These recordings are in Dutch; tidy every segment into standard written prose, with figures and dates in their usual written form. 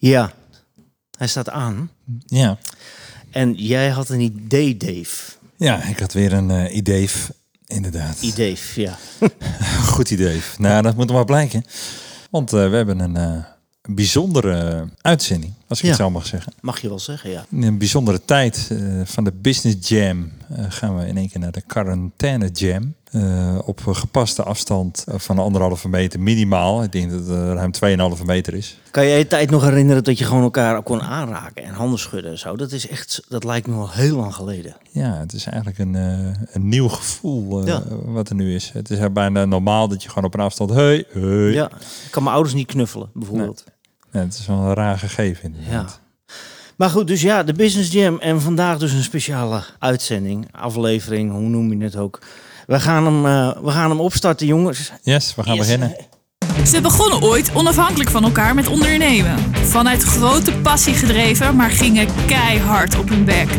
Ja, hij staat aan. Ja. En jij had een idee, Dave. Ja, ik had weer een idee, inderdaad. Idee, ja. Goed idee. Nou, dat moet er maar blijken. Want we hebben een bijzondere uitzending, als ik het zo mag zeggen. Mag je wel zeggen, ja. In een bijzondere tijd van de Business Jam gaan we in één keer naar de Quarantaine Jam. Op gepaste afstand van 1,5 meter minimaal. Ik denk dat het ruim 2,5 meter is. Kan je je tijd nog herinneren dat je gewoon elkaar kon aanraken en handen schudden en zo? Dat lijkt me al heel lang geleden. Ja, het is eigenlijk een nieuw gevoel wat er nu is. Het is bijna normaal dat je gewoon op een afstand... Hey. Ja, ik kan mijn ouders niet knuffelen, bijvoorbeeld. Nee, het is wel een raar gegeven inderdaad. Ja. Maar goed, dus ja, de Business Jam. En vandaag dus een speciale uitzending, aflevering, hoe noem je het ook. We gaan hem opstarten, jongens. Yes, we gaan beginnen. Ze begonnen ooit onafhankelijk van elkaar met ondernemen. Vanuit grote passie gedreven, maar gingen keihard op hun bek.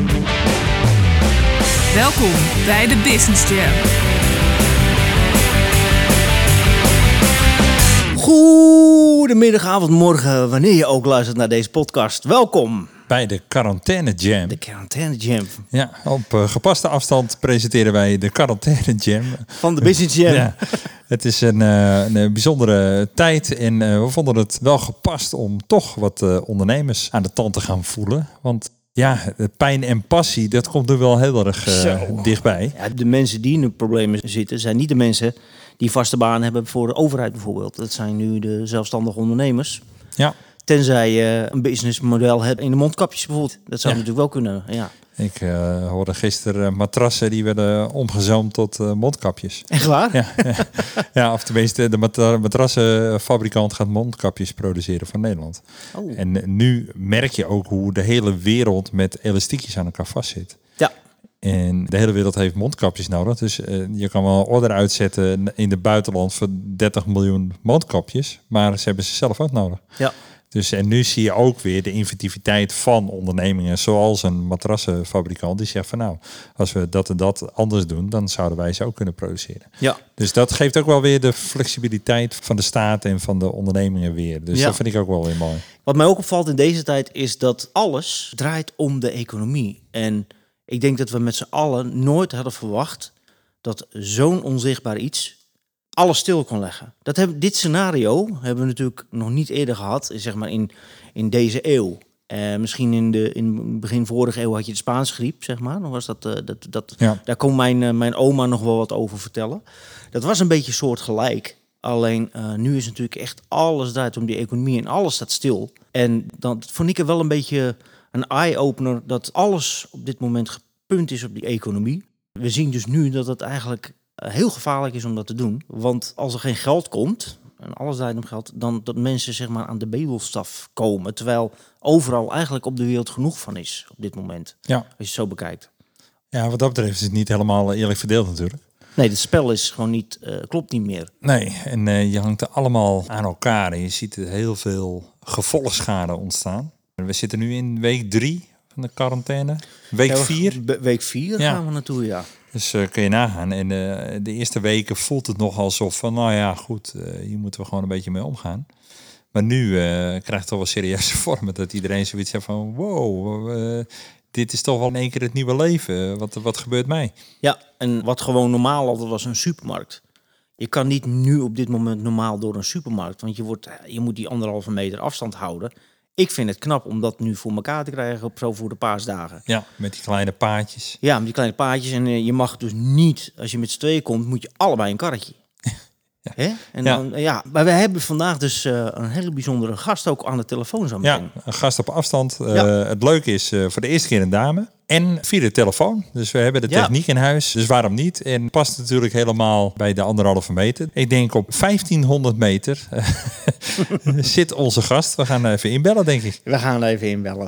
Welkom bij de Business Jam. Goedemiddag, avond, morgen, wanneer je ook luistert naar deze podcast. Welkom bij de Quarantaine Jam. De Quarantaine Jam. Ja, op gepaste afstand presenteren wij de Quarantaine Jam. Van de Business Jam. Ja, het is een bijzondere tijd en we vonden het wel gepast om toch wat ondernemers aan de tand te gaan voelen. Want ja, de pijn en passie, dat komt er wel heel erg dichtbij. Ja, de mensen die in de problemen zitten, zijn niet de mensen die vaste baan hebben voor de overheid bijvoorbeeld. Dat zijn nu de zelfstandige ondernemers. Ja. Tenzij je een businessmodel hebt in de mondkapjes bijvoorbeeld. Dat zou natuurlijk wel kunnen, ja. Ik hoorde gisteren matrassen die werden omgezoomd tot mondkapjes. Echt waar? Ja, ja, of tenminste de matrassenfabrikant gaat mondkapjes produceren voor Nederland. Oh. En nu merk je ook hoe de hele wereld met elastiekjes aan elkaar vastzit. Ja. En de hele wereld heeft mondkapjes nodig. Dus je kan wel een order uitzetten in het buitenland voor 30 miljoen mondkapjes. Maar ze hebben ze zelf ook nodig. Ja. Dus en nu zie je ook weer de inventiviteit van ondernemingen, zoals een matrassenfabrikant die zegt van nou, als we dat en dat anders doen, dan zouden wij ze ook kunnen produceren. Ja. Dus dat geeft ook wel weer de flexibiliteit van de staat en van de ondernemingen weer. Dus dat vind ik ook wel weer mooi. Wat mij ook opvalt in deze tijd is dat alles draait om de economie. En ik denk dat we met z'n allen nooit hadden verwacht dat zo'n onzichtbaar iets alles stil kon leggen. Dit scenario hebben we natuurlijk nog niet eerder gehad, zeg maar in deze eeuw. Misschien in begin vorige eeuw had je de Spaanse griep, zeg maar. Dan was Daar kon mijn oma nog wel wat over vertellen. Dat was een beetje soortgelijk. Alleen nu is natuurlijk echt alles draait om die economie en alles staat stil. En dan vond ik er wel een beetje een eye-opener dat alles op dit moment gepunt is op die economie. We zien dus nu dat het eigenlijk heel gevaarlijk is om dat te doen. Want als er geen geld komt, en alles draait om geld, dan dat mensen zeg maar aan de bedelstaf komen. Terwijl overal eigenlijk op de wereld genoeg van is op dit moment. Ja. Als je het zo bekijkt. Ja, wat dat betreft is het niet helemaal eerlijk verdeeld natuurlijk. Nee, het spel is gewoon niet, klopt niet meer. Nee, en je hangt er allemaal aan elkaar en je ziet er heel veel gevolgschade ontstaan. We zitten nu in week 3 van de quarantaine. Week 4? Week 4 gaan we naartoe, ja. Dus kun je nagaan. En de eerste weken voelt het nog alsof van, nou ja, goed, hier moeten we gewoon een beetje mee omgaan. Maar nu krijgt het toch wel serieuze vormen dat iedereen zoiets heeft van, wow, dit is toch wel in één keer het nieuwe leven. Wat gebeurt mij? Ja, en wat gewoon normaal altijd was een supermarkt. Je kan niet nu op dit moment normaal door een supermarkt, want je moet die 1,5 meter afstand houden. Ik vind het knap om dat nu voor elkaar te krijgen op zo voor de paasdagen. Ja, met die kleine paadjes. Ja, met die kleine paadjes. En je mag dus niet, als je met z'n tweeën komt, moet je allebei een karretje. Ja. Hè? En dan, maar we hebben vandaag dus een hele bijzondere gast ook aan de telefoon zo meteen. Ja, een gast op afstand. Het leuke is voor de eerste keer een dame. En via de telefoon. Dus we hebben de techniek in huis. Dus waarom niet? En past natuurlijk helemaal bij de 1,5 meter. Ik denk op 1500 meter zit onze gast. We gaan even inbellen, denk ik. We gaan even inbellen.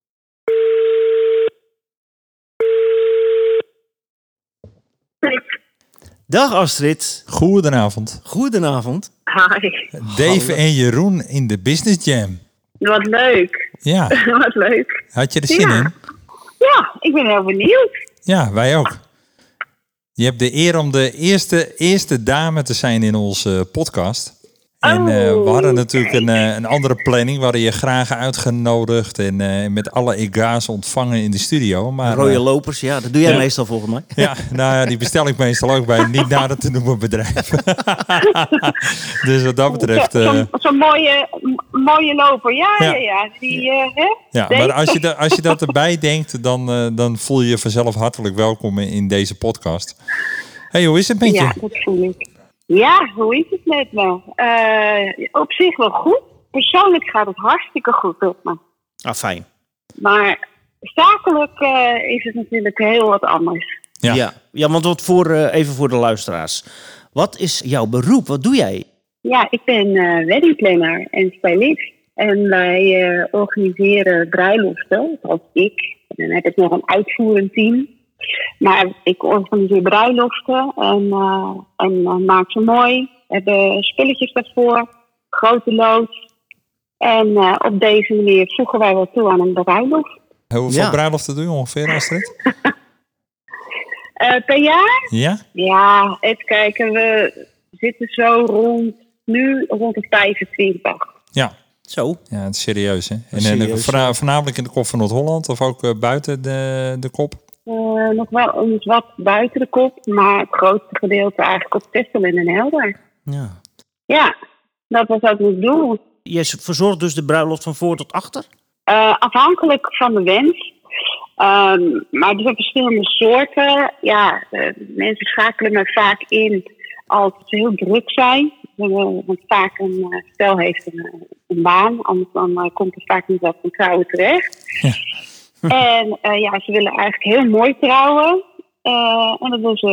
Dag Astrid. Goedenavond. Goedenavond. Hi. Dave en Jeroen in de Business Jam. Wat leuk. Ja. Wat leuk. Had je er zin in? Ja, ik ben heel benieuwd. Ja, wij ook. Je hebt de eer om de eerste dame te zijn in onze podcast. En we hadden natuurlijk een andere planning. We hadden je graag uitgenodigd en met alle ega's ontvangen in de studio. Maar, rode lopers, ja, dat doe jij meestal volgens mij. Ja, nou ja, die bestel ik meestal ook bij een niet nader te noemen bedrijf. Dus wat dat betreft... Zo'n mooie loper, ja. Die, ja, maar als je dat erbij denkt, dan voel je jezelf hartelijk welkom in deze podcast. Hey, hoe is het met je? Ja, dat voel ik. Ja, hoe is het met me? Op zich wel goed. Persoonlijk gaat het hartstikke goed op me. Ah, fijn. Maar zakelijk is het natuurlijk heel wat anders. Ja, want even voor de luisteraars. Wat is jouw beroep? Wat doe jij? Ja, ik ben weddingplanner en stylist. En wij organiseren bruiloften, zoals ik. En dan heb ik nog een uitvoerend team. Maar ik organiseer bruiloften en maak ze mooi. We hebben spulletjes daarvoor, grote loods. En op deze manier voegen wij wel toe aan een bruiloft. Hoeveel bruiloften doe je ongeveer, Astrid? Per jaar? Ja? Ja, even kijken. We zitten zo rond de 25. Ja. Zo. Ja, het is serieus, hè? En voornamelijk in de kop van Noord-Holland of ook buiten de kop? Nog wel wat buiten de kop, maar het grootste gedeelte eigenlijk op Texel en Den Helder. Ja, dat was ook het doel. Je verzorgt dus de bruiloft van voor tot achter? Afhankelijk van de wens. Maar er zijn verschillende soorten. Ja, mensen schakelen me vaak in als ze heel druk zijn. Want vaak een stel heeft een baan, anders dan komt er vaak niet wat van trouwen terecht. Ja. En ze willen eigenlijk heel mooi trouwen. En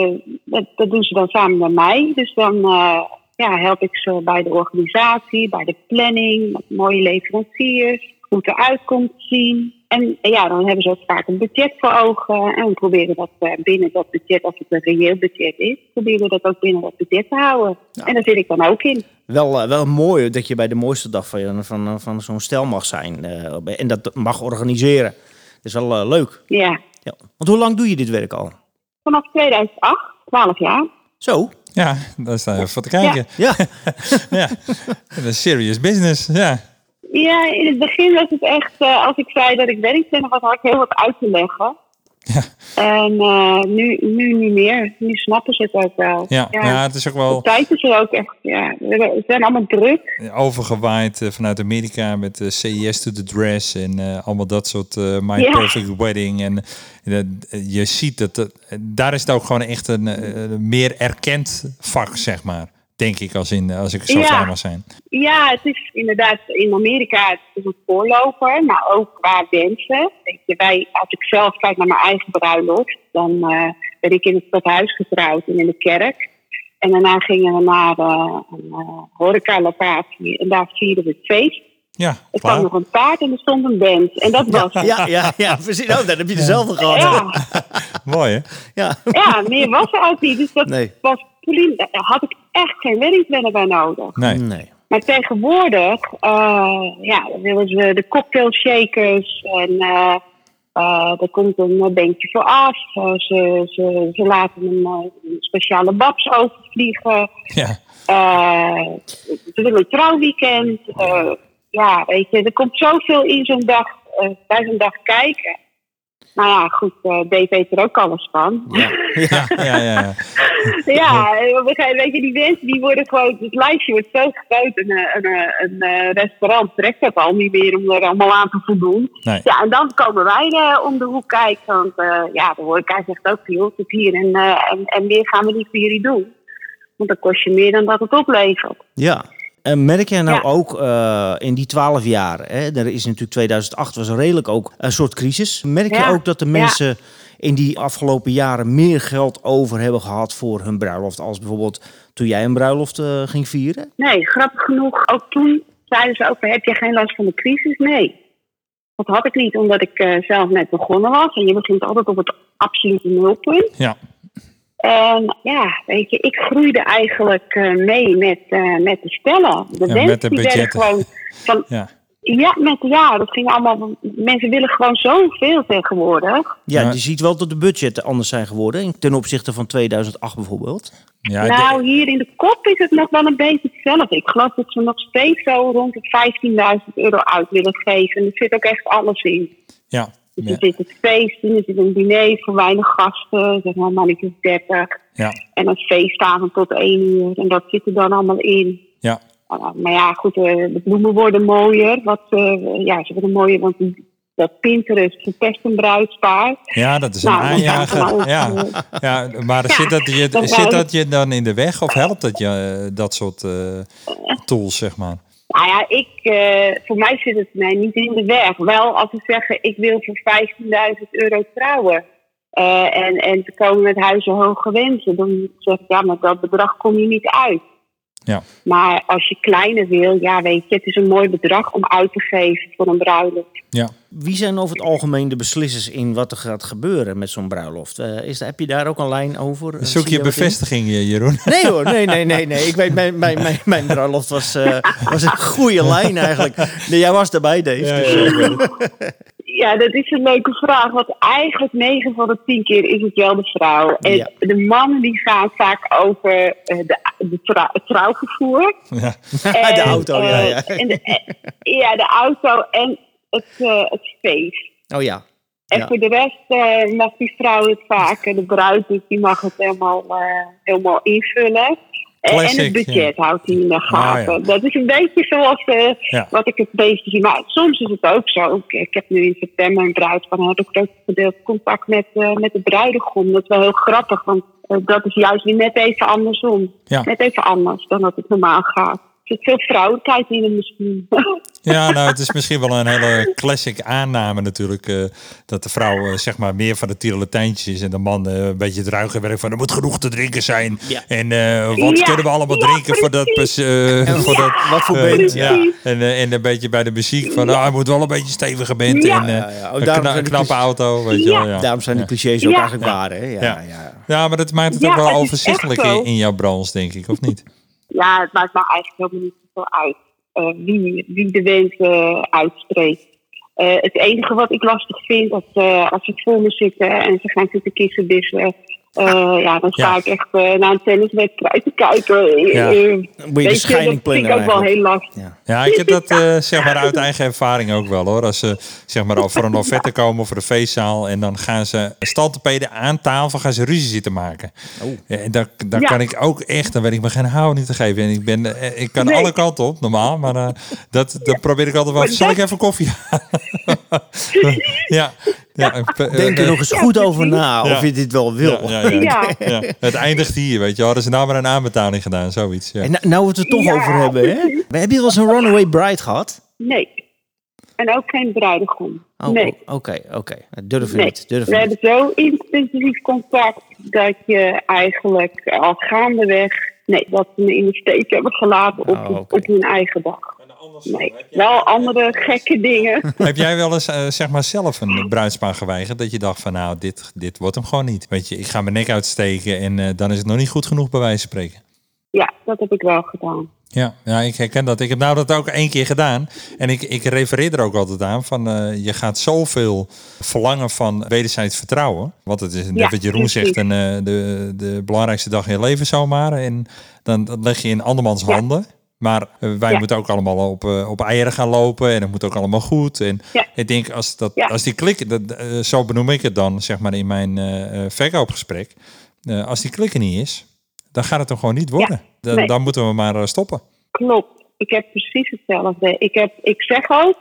dat doen ze dan samen met mij. Dus dan help ik ze bij de organisatie, bij de planning, met mooie leveranciers, hoe het eruit komt te zien. En dan hebben ze ook vaak een budget voor ogen. En we proberen dat binnen dat budget, als het een reëel budget is, proberen we dat ook binnen dat budget te houden. Ja. En daar zit ik dan ook in. Wel mooi dat je bij de mooiste dag van zo'n stel mag zijn. En dat mag organiseren. Dat is wel leuk. Ja. Want hoe lang doe je dit werk al? Vanaf 2008, 12 jaar. Zo? Ja, daar sta je voor te kijken. Ja. Ja. Dat is serious business, ja. Ja, in het begin was het echt, als ik zei dat ik weddingplanner was, had ik heel wat uit te leggen. Ja. En nu niet meer. Nu snappen ze het ook wel. Ja, het is ook wel... De tijd is er ook echt, we zijn allemaal druk. Overgewaaid vanuit Amerika met Say Yes to the Dress en allemaal dat soort My Perfect Wedding. En je ziet dat daar is het ook gewoon echt een meer erkend vak, zeg maar. Denk ik, als ik zo vrij mag zijn. Ja, het is inderdaad in Amerika het is een voorloper, maar ook qua wensen. Als ik zelf kijk naar mijn eigen bruiloft, dan ben ik in het stadhuis getrouwd en in de kerk. En daarna gingen we naar een horecalocatie en daar vierden we het feest. Ja, er kwam nog een paard en er stond een band. En dat was het. Ja, precies. Oh, dat heb je dezelfde gehad. Ja. Mooi, hè? Ja, meer was er ook niet. Dus dat was... Daar had ik echt geen weddingplanner bij nodig. Nee. Maar tegenwoordig willen ze de cocktailshakers en er komt een beentje voor af. Ze laten een speciale babs overvliegen. Ja. Ze willen een trouwweekend. Weet je, er komt zoveel in zo'n dag, bij zo'n dag kijken. Nou ja, goed, Dave weet er ook alles van. Ja. Weet je, die mensen die worden gewoon... Het lijstje wordt zo groot. Een restaurant trekt dat al niet meer om er allemaal aan te voldoen. Nee. Ja, en dan komen wij om de hoek kijken. Want de horeca zegt ook, joh, tot hier en meer gaan we niet voor jullie doen. Want dat kost je meer dan dat het oplevert. Ja. En merk jij nou ook in die 12 jaar, er is natuurlijk 2008 was redelijk ook een soort crisis. Merk je ook dat de mensen in die afgelopen jaren meer geld over hebben gehad voor hun bruiloft als bijvoorbeeld toen jij een bruiloft ging vieren? Nee, grappig genoeg. Ook toen zeiden ze ook, heb je geen last van de crisis? Nee. Dat had ik niet, omdat ik zelf net begonnen was. En je begint altijd op het absolute nulpunt. Ja. En weet je, ik groeide eigenlijk mee met de stellen. De mensen die werden gewoon van... Dat ging allemaal. Mensen willen gewoon zoveel tegenwoordig. Ja, je ziet wel dat de budgetten anders zijn geworden ten opzichte van 2008 bijvoorbeeld. Ja, hier in de kop is het nog wel een beetje hetzelfde. Ik geloof dat ze nog steeds zo rond de €15.000 uit willen geven. En er zit ook echt alles in. Ja. Dus er zit het feest in, er zit een diner voor weinig gasten, zeg maar mannetjes 30. Ja. En een feestavond tot 1 uur. En dat zit er dan allemaal in. Ja. Maar ja, goed, de bloemen worden mooier. Ze worden mooier, want dat Pinterest verpest een bruidspaar. Ja, dat is een aanjager. Ja, maar zit dat je dan in de weg of helpt dat je dat soort tools, zeg maar? Nou ja, voor mij zit het mij niet in de weg. Wel als ze zeggen, ik wil voor €15.000 trouwen. En ze komen met huizenhoge wensen. Dan zeg ik, ja, met dat bedrag kom je niet uit. Ja. Maar als je kleiner wil, ja, weet je, het is een mooi bedrag om uit te geven voor een bruiloft. Ja. Wie zijn over het algemeen de beslissers in wat er gaat gebeuren met zo'n bruiloft? Heb je daar ook een lijn over? Zoek je bevestiging, Jeroen? Nee hoor, nee. Ik weet, mijn bruiloft was een goede lijn eigenlijk. Nee, jij was erbij, Dave. Ja, dat is een leuke vraag. Want eigenlijk 9 van de 10 keer is het wel de vrouw. En de mannen die gaan vaak over het trouwvervoer. Ja. En, de auto, de auto en het feest. Oh ja. En voor de rest mag die vrouw het vaak. De bruid die mag het helemaal invullen. Classic, en het budget houdt hij in de gaten. Ja. Dat is een beetje zoals wat ik het beetje zie. Maar soms is het ook zo. Ik heb nu in september een bruidspaar. Dan heb ik ook gedeeld contact met de bruidegom. Dat is wel heel grappig. Want dat is juist weer net even andersom. Ja. Net even anders dan dat het normaal gaat. Er zit veel vrouwelijkheid in hem misschien. Ja, nou, het is misschien wel een hele classic aanname natuurlijk. Dat de vrouw zeg maar meer van de tierenlatijntjes is en de man een beetje het ruige werk van er moet genoeg te drinken zijn. Ja. En wat kunnen we allemaal drinken voor dat... Wat voor band. Ja. En een beetje bij de muziek van hij moet wel een beetje steviger band en een knappe auto. Weet je wel, ja. Daarom zijn de clichés ook eigenlijk waar. Hè? Ja, maar dat maakt het ook wel overzichtelijk in jouw branche, denk ik, of niet? Ja, het maakt nou eigenlijk helemaal niet zoveel uit wie de wens uitspreekt. Het enige wat ik lastig vind, dat als ze voor me zitten en ze gaan zitten kissenbissen, dan sta ik echt naar een tenniswedstrijd te kijken. Moet je de scheiding plannen. Dat vind ik ook wel heel lastig. Ja, ik heb dat zeg maar uit eigen ervaring ook wel hoor. Als ze zeg maar voor een offerte komen voor de feestzaal en dan gaan ze staltepeden aan tafel gaan ze ruzie zitten maken. En daar kan ik ook echt, dan weet ik me geen hou niet te geven. En ik kan alle kanten op normaal, maar dat probeer ik altijd wel. Zal ik even koffie halen? Ja. Denk er nog eens goed over na of je dit wel wil. Ja. Het eindigt hier, weet je. Hadden ze nou maar een aanbetaling gedaan, zoiets. Ja. En nou we het er toch over hebben, hè? Heb je wel eens een runaway bride gehad? Nee. En ook geen bruidegom. Nee. Oké. Durf niet. We hebben zo intensief contact dat je eigenlijk al gaandeweg dat ze me in de steek hebben gelaten op hun eigen dag. Nee, wel andere gekke dingen. Heb jij wel eens zeg maar zelf een bruidspaar geweigerd dat je dacht van nou, dit wordt hem gewoon niet. Weet je, ik ga mijn nek uitsteken en dan is het nog niet goed genoeg bij wijze van spreken. Ja, dat heb ik wel gedaan. Ja, ik herken dat. Ik heb nou dat ook 1 keer gedaan. En ik refereer er ook altijd aan van je gaat zoveel verlangen van wederzijds vertrouwen. Want het is net wat Jeroen zegt, de belangrijkste dag in je leven zomaar. En dan leg je in andermans handen. Maar wij moeten ook allemaal op eieren gaan lopen en het moet ook allemaal goed. En ik denk als die klikken, zo benoem ik het dan zeg maar in mijn verkoopgesprek. Als die klikken niet is, dan gaat het hem gewoon niet worden. Dan moeten we maar stoppen. Klopt. Ik heb precies hetzelfde. Ik zeg ook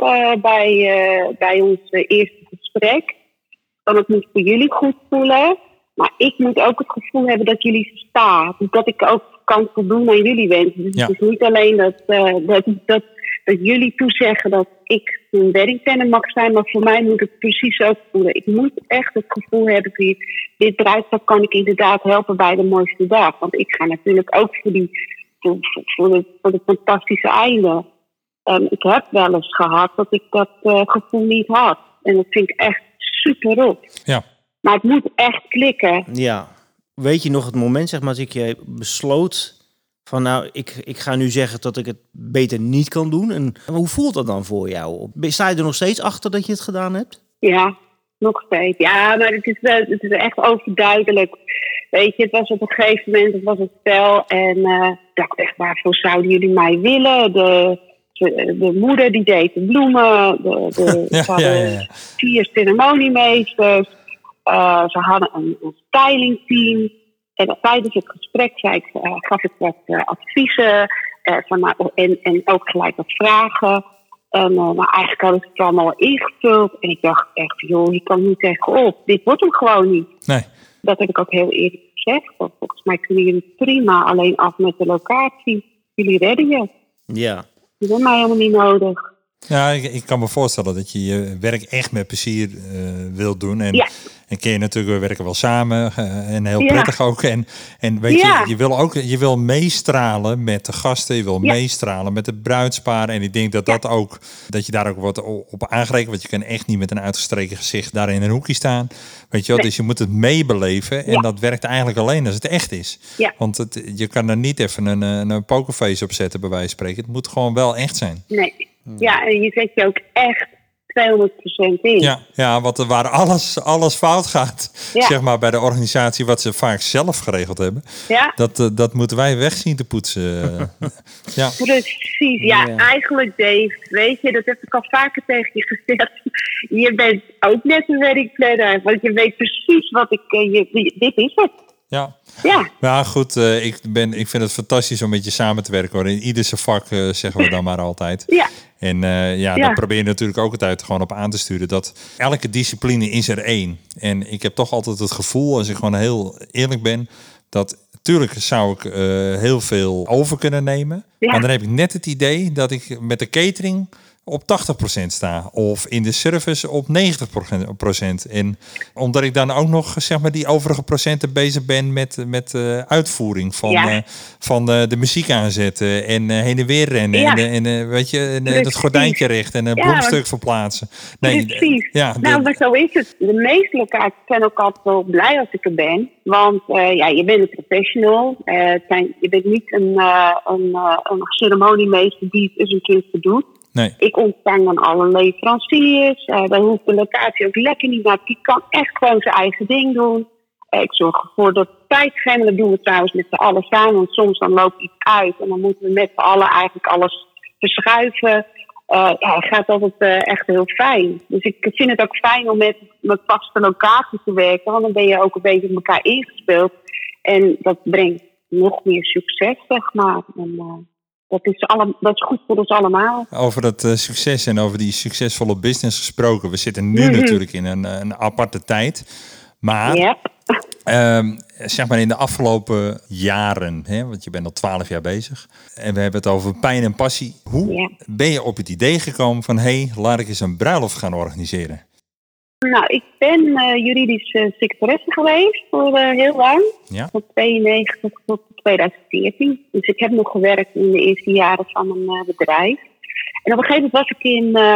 bij ons eerste gesprek dat het moet voor jullie goed voelen. Maar ik moet ook het gevoel hebben dat jullie verstaan. Dus dat ik ook kan voldoen aan jullie wensen. Dus het is niet alleen dat jullie toezeggen dat ik een weddingplanner mag zijn. Maar voor mij moet het precies ook voelen. Ik moet echt het gevoel hebben dat dit bruidspaar kan ik inderdaad helpen bij de mooiste dag. Want ik ga natuurlijk ook voor de fantastische einde. Ik heb wel eens gehad dat ik dat gevoel niet had. En dat vind ik echt super rot. Ja. Maar het moet echt klikken. Ja. Weet je nog het moment, zeg maar, dat je besloot Van nou, ik ga nu zeggen dat ik het beter niet kan doen. En hoe voelt dat dan voor jou? Sta je er nog steeds achter dat je het gedaan hebt? Ja, nog steeds. Ja, maar het is echt overduidelijk. Weet je, het was op een gegeven moment, het was een stel. En ik dacht echt, waarvoor zouden jullie mij willen? De moeder die deed de bloemen. Ze hadden 4 ceremoniemeesters. Ze hadden een stylingteam. En tijdens het gesprek gaf ik wat adviezen. En ook gelijk wat vragen. En eigenlijk hadden ze het allemaal ingevuld. En ik dacht echt, joh, je kan niet zeggen op. Dit wordt hem gewoon niet. Nee. Dat heb ik ook heel eerlijk gezegd. Volgens mij kunnen jullie prima alleen af met de locatie. Jullie redden je. Ja. Je bent mij helemaal niet nodig. Ja, ik kan me voorstellen dat je je werk echt met plezier wilt doen. En ken je natuurlijk, we werken wel samen en heel prettig ook. En weet je wil meestralen met de gasten, je wil meestralen met het bruidspaar. En ik denk dat je daar ook wat op aangerekend, want je kan echt niet met een uitgestreken gezicht daar in een hoekje staan. Weet je wel, dus je moet het meebeleven en dat werkt eigenlijk alleen als het echt is. Ja. Want je kan er niet even een pokerface op zetten, bij wijze van spreken. Het moet gewoon wel echt zijn. Nee. Ja, en je zet je ook echt 200% in. Ja, want waar alles fout gaat, zeg maar bij de organisatie, wat ze vaak zelf geregeld hebben, dat moeten wij weg zien te poetsen. Precies, eigenlijk Dave, weet je, dat heb ik al vaker tegen je gezegd. Je bent ook net een werkplanner, want je weet precies wat dit is het. Ja, goed. Ik vind het fantastisch om met je samen te werken, hoor. In ieder zijn vak, zeggen we dan maar altijd. Ja. En daar probeer je natuurlijk ook het gewoon op aan te sturen. Dat elke discipline is er één. En ik heb toch altijd het gevoel, als ik gewoon heel eerlijk ben, dat tuurlijk zou ik heel veel over kunnen nemen. Ja. Maar dan heb ik net het idee dat ik met de catering op 80% sta. Of in de service op 90%. En omdat ik dan ook nog, zeg maar, die overige procenten bezig ben met uitvoering van de muziek aanzetten en heen en weer rennen. Ja. En weet je, het gordijntje recht en een bloemstuk verplaatsen. Nee, precies. Maar zo is het. De meeste locaties zijn ook altijd wel blij als ik er ben. Want je bent een professional. Je bent niet een ceremoniemeester die het eens een keer doet. Nee. Ik ontvang dan alle leveranciers. Dan hoeft de locatie ook lekker niet naar. Die kan echt gewoon zijn eigen ding doen. Ik zorg ervoor dat tijdschema, dat doen we trouwens met z'n allen samen. Want soms dan loopt iets uit en dan moeten we met z'n allen eigenlijk alles verschuiven. Het gaat altijd echt heel fijn. Dus ik vind het ook fijn om met vaste locatie te werken. Want dan ben je ook een beetje met elkaar ingespeeld. En dat brengt nog meer succes, zeg maar. En, dat is goed voor ons allemaal. Over dat succes en over die succesvolle business gesproken. We zitten nu natuurlijk in een aparte tijd. Maar zeg maar in de afgelopen jaren, want je bent al 12 jaar bezig. En we hebben het over pijn en passie. Hoe ben je op het idee gekomen van laat ik eens een bruiloft gaan organiseren? Nou, ik ben juridische secretaresse geweest voor heel lang. Ja. Van 92 tot 2014. Dus ik heb nog gewerkt in de eerste jaren van mijn bedrijf. En op een gegeven moment was ik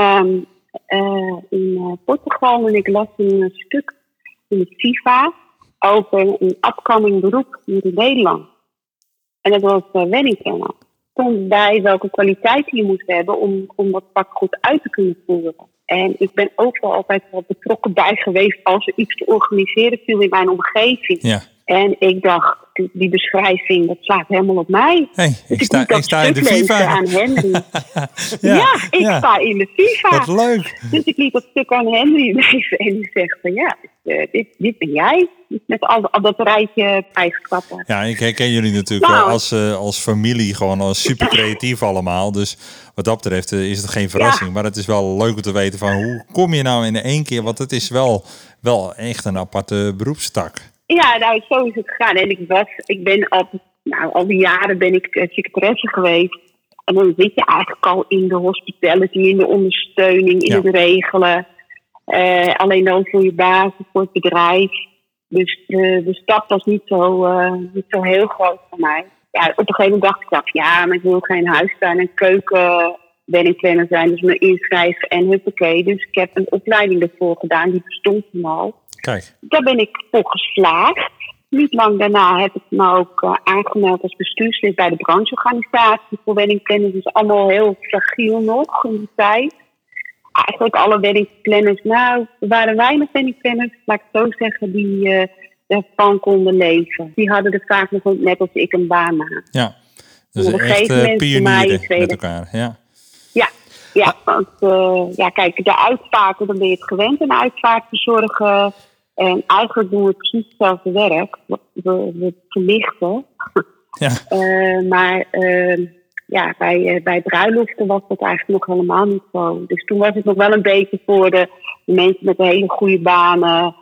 in Portugal en ik las een stuk in de FIFA over een upcoming beroep hier in Nederland. En dat was wedding planner. Stond bij welke kwaliteiten je moest hebben om dat vak goed uit te kunnen voeren. En ik ben overal altijd wel betrokken bij geweest als er iets te organiseren viel in mijn omgeving. Ja. En ik dacht, die beschrijving, dat slaat helemaal op mij. Dus ik sta in de FIFA aan Henry. Ik sta in de FIFA. Wat leuk. Dus ik liet dat stuk aan Henry lezen en die zegt van dit ben jij. Met al dat rijtje eigenschappen. Ja, ik herken jullie natuurlijk als familie gewoon als super creatief allemaal. Dus wat dat betreft is het geen verrassing. Maar het is wel leuk om te weten van hoe kom je nou in één keer. Want het is wel echt een aparte beroepstak. Ja, nou, zo is het gegaan. En ik ben al die jaren ben ik secretaresse geweest. En dan zit je eigenlijk al in de hospitality, in de ondersteuning, in het regelen. Alleen dan voor je basis, voor het bedrijf. Dus de stap was niet zo heel groot voor mij. Ja, op een gegeven moment dacht ik, maar ik wil geen huistuin en keuken weddingplanner zijn. Dus me inschrijven en huppakee. Dus ik heb een opleiding ervoor gedaan, die bestond toen al. Kijk. Daar ben ik voor geslaagd. niet lang daarna heb ik me ook aangemeld als bestuurslid bij de brancheorganisatie voor weddingplanners. Dus allemaal heel fragiel nog in die tijd. Eigenlijk alle weddingplanners, er waren weinig weddingplanners, laat ik het zo zeggen, die ervan konden leven. Die hadden er vaak nog net als ik een baan na. Ja, dus echt pionieren met elkaar. Ja, want kijk, de uitvaarten, dan ben je het gewend, een uitvaart verzorgen. En eigenlijk doen we precies hetzelfde werk. We verlichten. Ja. Bij bruiloften was dat eigenlijk nog helemaal niet zo. Dus toen was het nog wel een beetje voor de mensen met hele goede banen.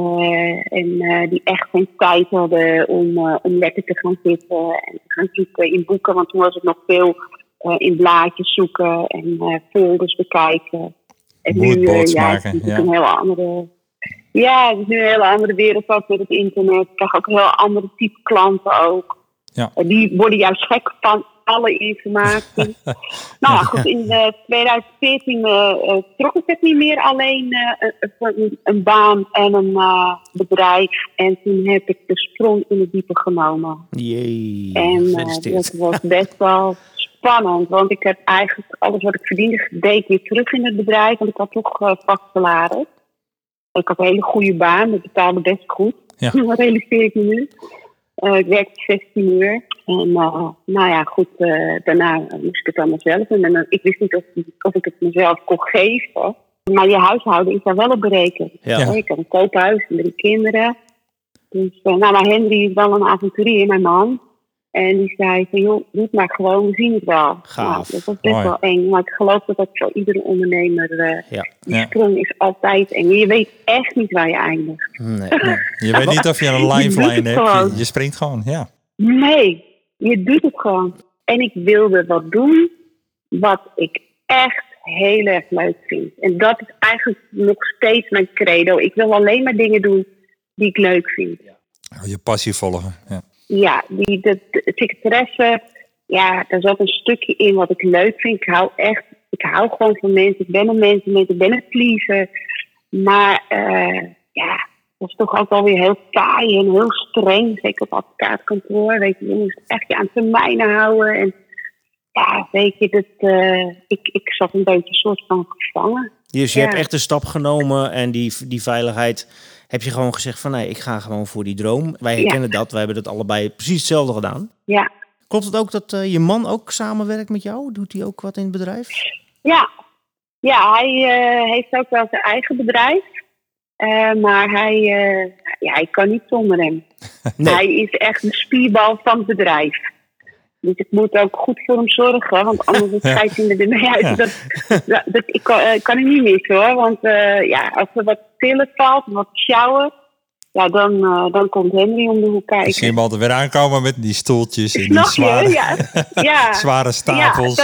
Die echt geen tijd hadden om lekker te gaan zitten en te gaan zoeken in boeken. Want toen was het nog veel in blaadjes zoeken en folders bekijken. En moodboards maken. Het is een heel andere... Ja, het is nu een hele andere wereld ook met het internet. Ik krijg ook een heel andere type klanten ook. Ja. Die worden juist gek van alle informatie. Goed, in 2014 trok ik het niet meer alleen een baan en een bedrijf. En toen heb ik de sprong in het diepe genomen. Jee, en dat was best wel spannend. Want ik heb eigenlijk alles wat ik verdiende, deed ik weer terug in het bedrijf. Want ik had toch vast salaris. Ik had een hele goede baan, dat betaalde best goed. Ja. Dat realiseer ik me nu. Ik werkte 16 uur. En daarna moest ik het allemaal zelf doen. En ik wist niet of ik het mezelf kon geven. Maar je huishouden is daar wel op berekend. Ja. Ik heb een koophuis en 3 kinderen. Dus, maar Henry is wel een avonturier, mijn man. En die zei van, joh, doe het maar gewoon, we zien het wel. Gaaf. Dat was best wel eng. Maar ik geloof dat voor iedere ondernemer... Die sprong is altijd eng. Je weet echt niet waar je eindigt. Nee. Je weet niet of je een lifeline hebt. Je springt gewoon, ja. Nee, je doet het gewoon. En ik wilde wat doen wat ik echt heel erg leuk vind. En dat is eigenlijk nog steeds mijn credo. Ik wil alleen maar dingen doen die ik leuk vind. Je passie volgen, ja. Ja, de secretaresse, daar zat een stukje in wat ik leuk vind. Ik hou gewoon van mensen. Ik ben een mensenmens, ik ben een pleaser. Maar dat is toch ook wel weer heel taai en heel streng. Zeker op advocaatkantoor. Weet je moest echt je aan termijnen houden. En weet je, ik zat een beetje een soort van gevangen. Dus je hebt echt een stap genomen en die veiligheid heb je gewoon gezegd van nee, ik ga gewoon voor die droom. Wij herkennen dat, wij hebben dat allebei precies hetzelfde gedaan. Ja. Klopt het ook dat je man ook samenwerkt met jou? Doet hij ook wat in het bedrijf? Ja, hij heeft ook wel zijn eigen bedrijf. Maar hij kan niet zonder hem. Nee. Hij is echt de spierbal van het bedrijf. Dus ik moet ook goed voor hem zorgen, want anders scheidt hij er mee uit. Ik kan hem niet missen hoor. Want als er wat stillen valt, wat sjouwen, dan komt Henry om de hoek kijken. Ik zie hem altijd weer aankomen met die stoeltjes en die zware stapels.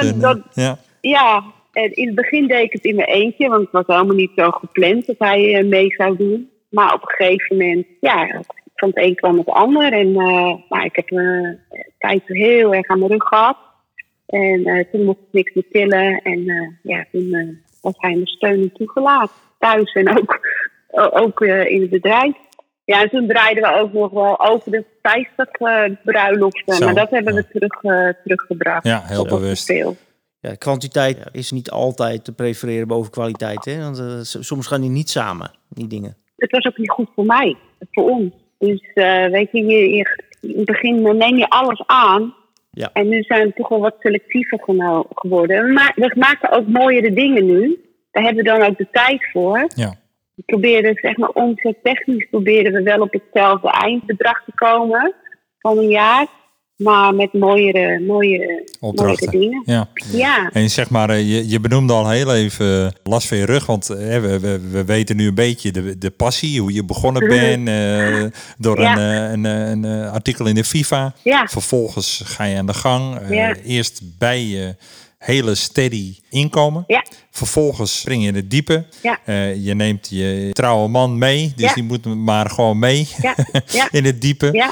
En in het begin deed ik het in mijn eentje, want het was helemaal niet zo gepland dat hij mee zou doen. Maar op een gegeven moment, van het een kwam het ander. En ik heb een tijd heel erg aan mijn rug gehad. En toen mocht ik niks meer tillen. En toen was hij me steun en toegelaten. Thuis en ook in het bedrijf. Ja, en toen draaiden we ook nog wel over de 50 bruiloften. Zo. Maar dat hebben we teruggebracht. Ja, heel bewust. Veel. Ja, kwantiteit is niet altijd te prefereren boven kwaliteit. Hè? Want soms gaan die niet samen, die dingen. Het was ook niet goed voor mij, voor ons. Dus weet je, in het begin neem je alles aan. Ja. En nu zijn we toch wel wat selectiever geworden. Maar we maken ook mooiere dingen nu. Daar hebben we dan ook de tijd voor. Ja. We proberen, zeg maar, omzettechnisch proberen we wel op hetzelfde eindbedrag te komen van een jaar. Maar met mooiere dingen. Ja. En zeg maar, je benoemde al heel even last van je rug. Want we weten nu een beetje de passie, hoe je begonnen bent. Door een artikel in de FIFA. Ja. Vervolgens ga je aan de gang. Eerst bij je hele steady inkomen. Ja. Vervolgens spring je in het diepe. Ja. Je neemt je trouwe man mee. Dus die moet maar gewoon mee in het diepe. Ja.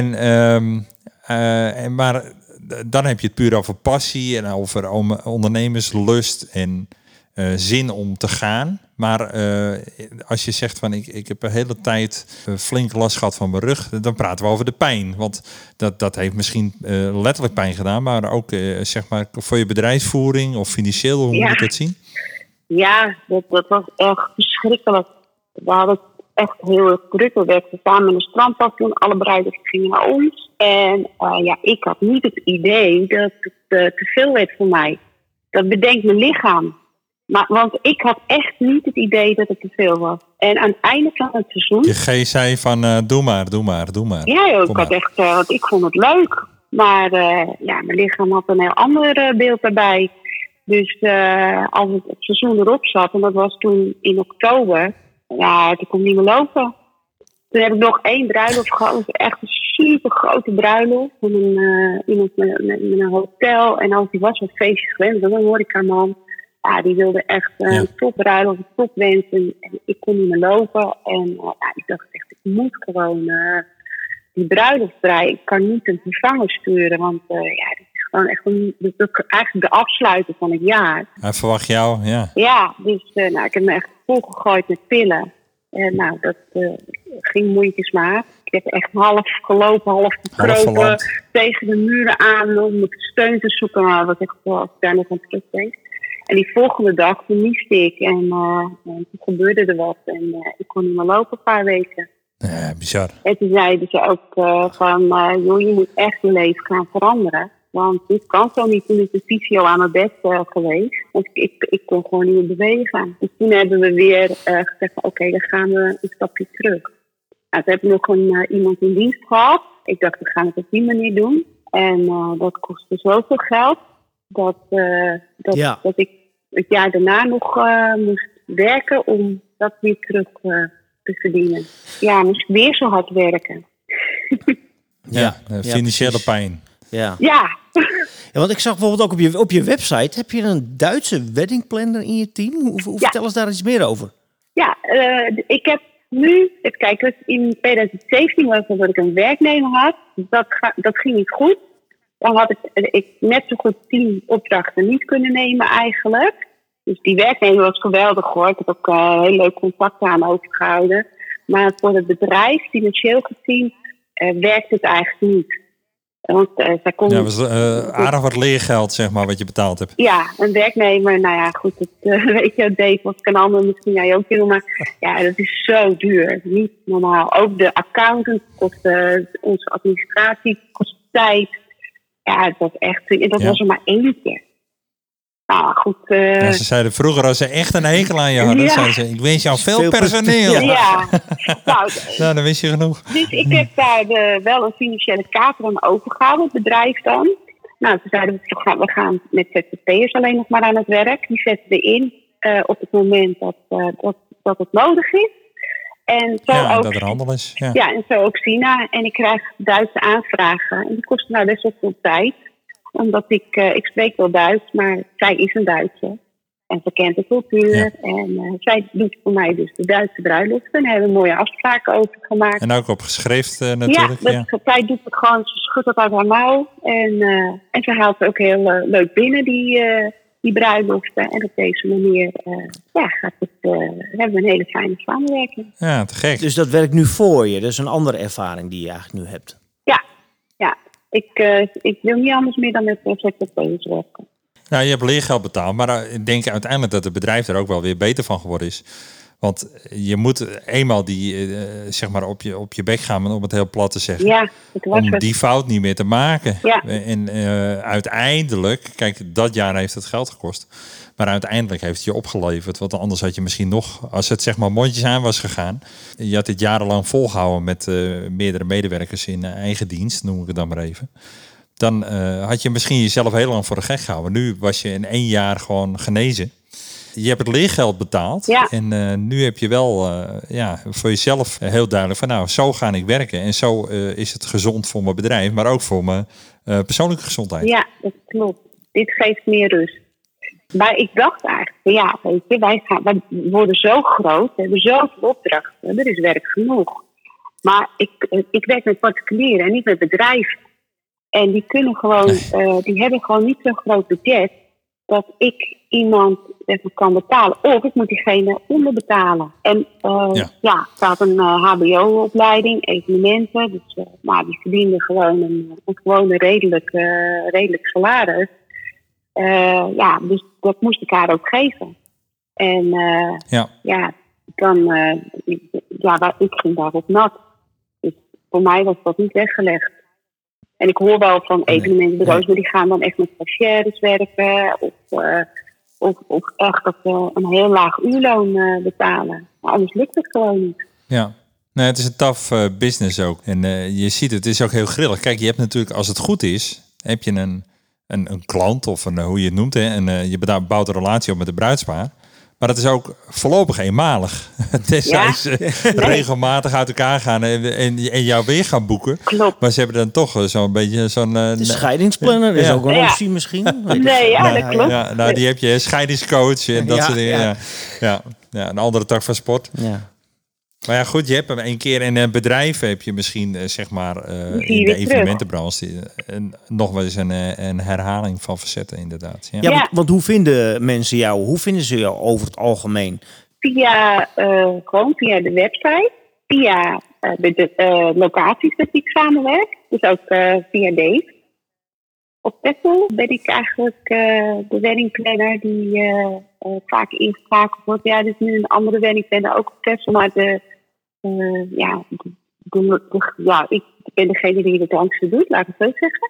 Maar dan heb je het puur over passie en over ondernemerslust en zin om te gaan. Maar als je zegt van ik heb een hele tijd flink last gehad van mijn rug, dan praten we over de pijn. Want dat heeft misschien letterlijk pijn gedaan, maar ook zeg maar voor je bedrijfsvoering of financieel, hoe moet ik het zien? Ja, dat was echt verschrikkelijk. We hadden het echt heel erg druk. We werkten samen in een strandpaviljoen. Alle bruiders gingen naar ons. En ik had niet het idee dat het te veel werd voor mij. Dat bedenkt mijn lichaam. Want ik had echt niet het idee dat het te veel was. En aan het einde van het seizoen... Je G zei van doe maar. Ja, ik had echt, want ik vond het leuk. Maar mijn lichaam had een heel ander beeld daarbij. Dus als het seizoen erop zat, en dat was toen in oktober, toen kon ik niet meer lopen. Toen heb ik nog 1 bruiloft gehad. Dat was echt een super grote bruiloft. Van iemand met een hotel. En als die was wat feestjes gewend, dan een horecaman. Ja, die wilde echt een topbruiloft, een topwens. En ik kon niet meer lopen. En ik dacht echt, ik moet gewoon die bruiloft draaien. Ik kan niet een vervanger sturen, want dit is gewoon echt eigenlijk de afsluiter van het jaar. Hij verwacht jou, ja. Ja, dus ik heb me echt volgegooid met pillen. Dat ging mondjesmaat. Ik heb echt half gelopen, half gekropen, tegen de muren aan om het steun te zoeken. Maar wat echt wel, als ik daar nog aan terugdenk. En die volgende dag vermiste ik en toen gebeurde er wat. En ik kon niet meer lopen een paar weken. Ja, bizar. En toen zeiden ze ook je moet echt je leven gaan veranderen. Want dit kan zo niet. Toen is de fysio aan het bed geweest. Want ik kon gewoon niet meer bewegen. Dus toen hebben we weer gezegd, oké, dan gaan we een stapje terug. Toen heb ik nog iemand in dienst gehad. Ik dacht, we gaan het op die manier doen. En dat kostte zoveel geld. Dat ik het jaar daarna nog moest werken om dat weer terug te verdienen. Ja, moest weer zo hard werken. Financiële pijn. Ja. Want ik zag bijvoorbeeld ook op je website, heb je een Duitse wedding planner in je team? Hoe vertel eens daar iets meer over. Ja, ik heb nu, even kijken, in 2017 was het dat ik een werknemer had. Dat ging niet goed. Dan had ik net zo goed 10 opdrachten niet kunnen nemen eigenlijk. Dus die werknemer was geweldig hoor. Ik heb ook heel leuk contact aan overgehouden. Maar voor het bedrijf, financieel gezien, werkt het eigenlijk niet. Want zij kon... Ja, was aardig wat leergeld, zeg maar, wat je betaald hebt. Ja, een werknemer, weet je, Dave, wat kan ander misschien jij ook doen, maar dat is zo duur. Niet normaal. Ook de accountant kost, onze administratie kost tijd. Ja, het was echt, was er maar 1 keer. Nou, goed. Ze zeiden vroeger, als ze echt een hekel aan je hadden, zeiden ze, ik wens jou veel personeel. Ja. Nou, dan wist je genoeg. Dus ik heb daar wel een financiële kader aan overgehouden, het bedrijf dan. Nou, ze zeiden, we gaan met ZZP'ers alleen nog maar aan het werk. Die zetten we in op het moment dat het nodig is. En zo ook, dat er handel is. Ja, en zo ook Sina. En ik krijg Duitse aanvragen. En die kosten nou best wel veel tijd. Omdat ik spreek wel Duits, maar zij is een Duitse. En ze kent de cultuur. Ja. En zij doet voor mij dus de Duitse bruiloft. En daar hebben we mooie afspraken over gemaakt. En ook op geschrift natuurlijk. Zij doet het gewoon, ze schudt het uit haar mouw. En ze haalt het ook heel leuk binnen, die bruiloften. En op deze manier hebben we een hele fijne samenwerking. Ja, te gek. Dus dat werkt nu voor je. Dat is een andere ervaring die je eigenlijk nu hebt. Ja. Ik wil niet anders meer dan met ZZP'ers werken. Nou, je hebt leergeld betaald, maar ik denk uiteindelijk dat het bedrijf er ook wel weer beter van geworden is. Want je moet eenmaal zeg maar op je bek gaan, om het heel plat te zeggen. Ja, om die fout niet meer te maken. Ja. En uiteindelijk, kijk, dat jaar heeft het geld gekost. Maar uiteindelijk heeft het je opgeleverd. Want anders had je misschien nog, als het zeg maar mondjes aan was gegaan. Je had dit jarenlang volgehouden met meerdere medewerkers in eigen dienst, noem ik het dan maar even. Dan had je misschien jezelf heel lang voor de gek gehouden. Nu was je in 1 jaar gewoon genezen. Je hebt het leergeld betaald. Ja. En nu heb je wel voor jezelf heel duidelijk van, nou, zo ga ik werken. En zo is het gezond voor mijn bedrijf, maar ook voor mijn persoonlijke gezondheid. Ja, dat klopt. Dit geeft meer rust. Maar ik dacht eigenlijk, weet je, wij worden zo groot, we hebben zoveel opdrachten, er is werk genoeg. Maar ik werk met particulieren en niet met bedrijven. En die kunnen gewoon, die hebben gewoon niet zo'n groot budget dat ik iemand even kan betalen. Of ik moet diegene onderbetalen. En er staat een hbo-opleiding, evenementen. Dus die verdienen gewoon een gewone redelijk salaris. Dus dat moest ik haar ook geven. En ik ging daarop nat. Dus voor mij was dat niet weggelegd. En ik hoor wel van evenementenbureaus, maar die gaan dan echt met stagiaires werken. Of echt een heel laag uurloon betalen. Maar anders lukt het gewoon niet. Ja. Nee, het is een tough business ook. En je ziet het is ook heel grillig. Kijk, je hebt natuurlijk, als het goed is, heb je een klant of hoe je het noemt. Hè, en je bouwt een relatie op met de bruidspaar. Maar dat is ook voorlopig eenmalig. Tenzij ze regelmatig uit elkaar gaan en jou weer gaan boeken. Klopt. Maar ze hebben dan toch zo'n beetje zo'n... de scheidingsplanner is ook een optie misschien. Dat klopt. Ja, die heb je, scheidingscoach en dat soort dingen. Ja, een andere tak van sport. Ja. Maar ja, goed, je hebt hem een keer in een bedrijf heb je misschien, in de evenementenbranche nog wel eens een herhaling van verzetten, inderdaad. Ja, want hoe vinden mensen jou? Hoe vinden ze jou over het algemeen? Via de website, via de locaties met die ik samenwerk. Dus ook via Dave. Op Texel ben ik eigenlijk de weddingplanner die vaak ingeschakeld wordt. Ja, dit is nu een andere weddingplanner, ook op Texel, maar ik ben degene die het langste doet, laat ik het zo zeggen.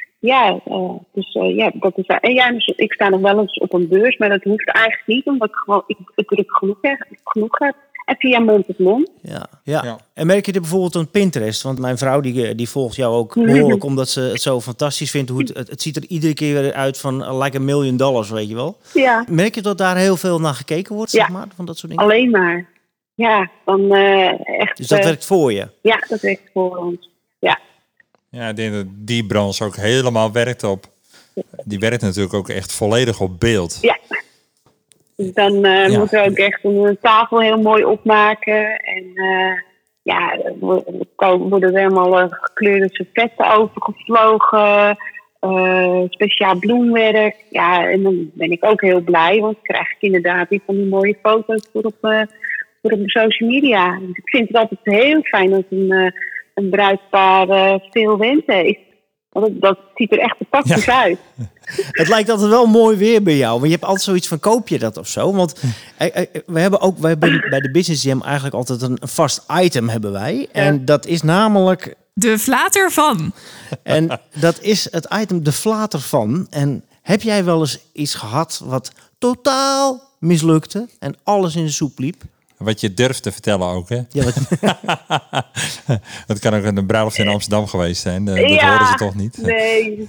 Dat is. Dus ik sta nog wel eens op een beurs, maar dat hoeft eigenlijk niet, omdat ik druk genoeg heb. En via mond tot mond. Ja. En merk je dit bijvoorbeeld aan Pinterest? Want mijn vrouw die volgt jou ook behoorlijk, omdat ze het zo fantastisch vindt. Hoe het ziet er iedere keer weer uit van like $1 million, weet je wel? Ja. Merk je dat daar heel veel naar gekeken wordt, zeg maar, van dat soort dingen? Alleen maar. Ja, dan echt... Dus dat werkt voor je? Ja, dat werkt voor ons. Ja. Ja, ik denk dat die branche ook helemaal werkt op... Die werkt natuurlijk ook echt volledig op beeld. Ja. Dus dan moeten we ook echt een tafel heel mooi opmaken. En er worden er helemaal gekleurde servetten overgevlogen. Speciaal bloemwerk. Ja, en dan ben ik ook heel blij. Want dan krijg ik inderdaad weer van die mooie foto's voor op de social media. Dus ik vind het altijd heel fijn dat een bruidspaar veel wensen heeft. Dat ziet er echt fantastisch uit. Het lijkt altijd wel mooi weer bij jou. Maar je hebt altijd zoiets van, koop je dat of zo? Want we hebben bij de Business Jam eigenlijk altijd een vast item hebben wij. En dat is namelijk... De flater van. En dat is het item de flater van. En heb jij wel eens iets gehad wat totaal mislukte en alles in de soep liep? Wat je durft te vertellen ook, hè? Ja, dat kan ook een bruiloft in Amsterdam geweest zijn. Dat horen ze toch niet? Nee.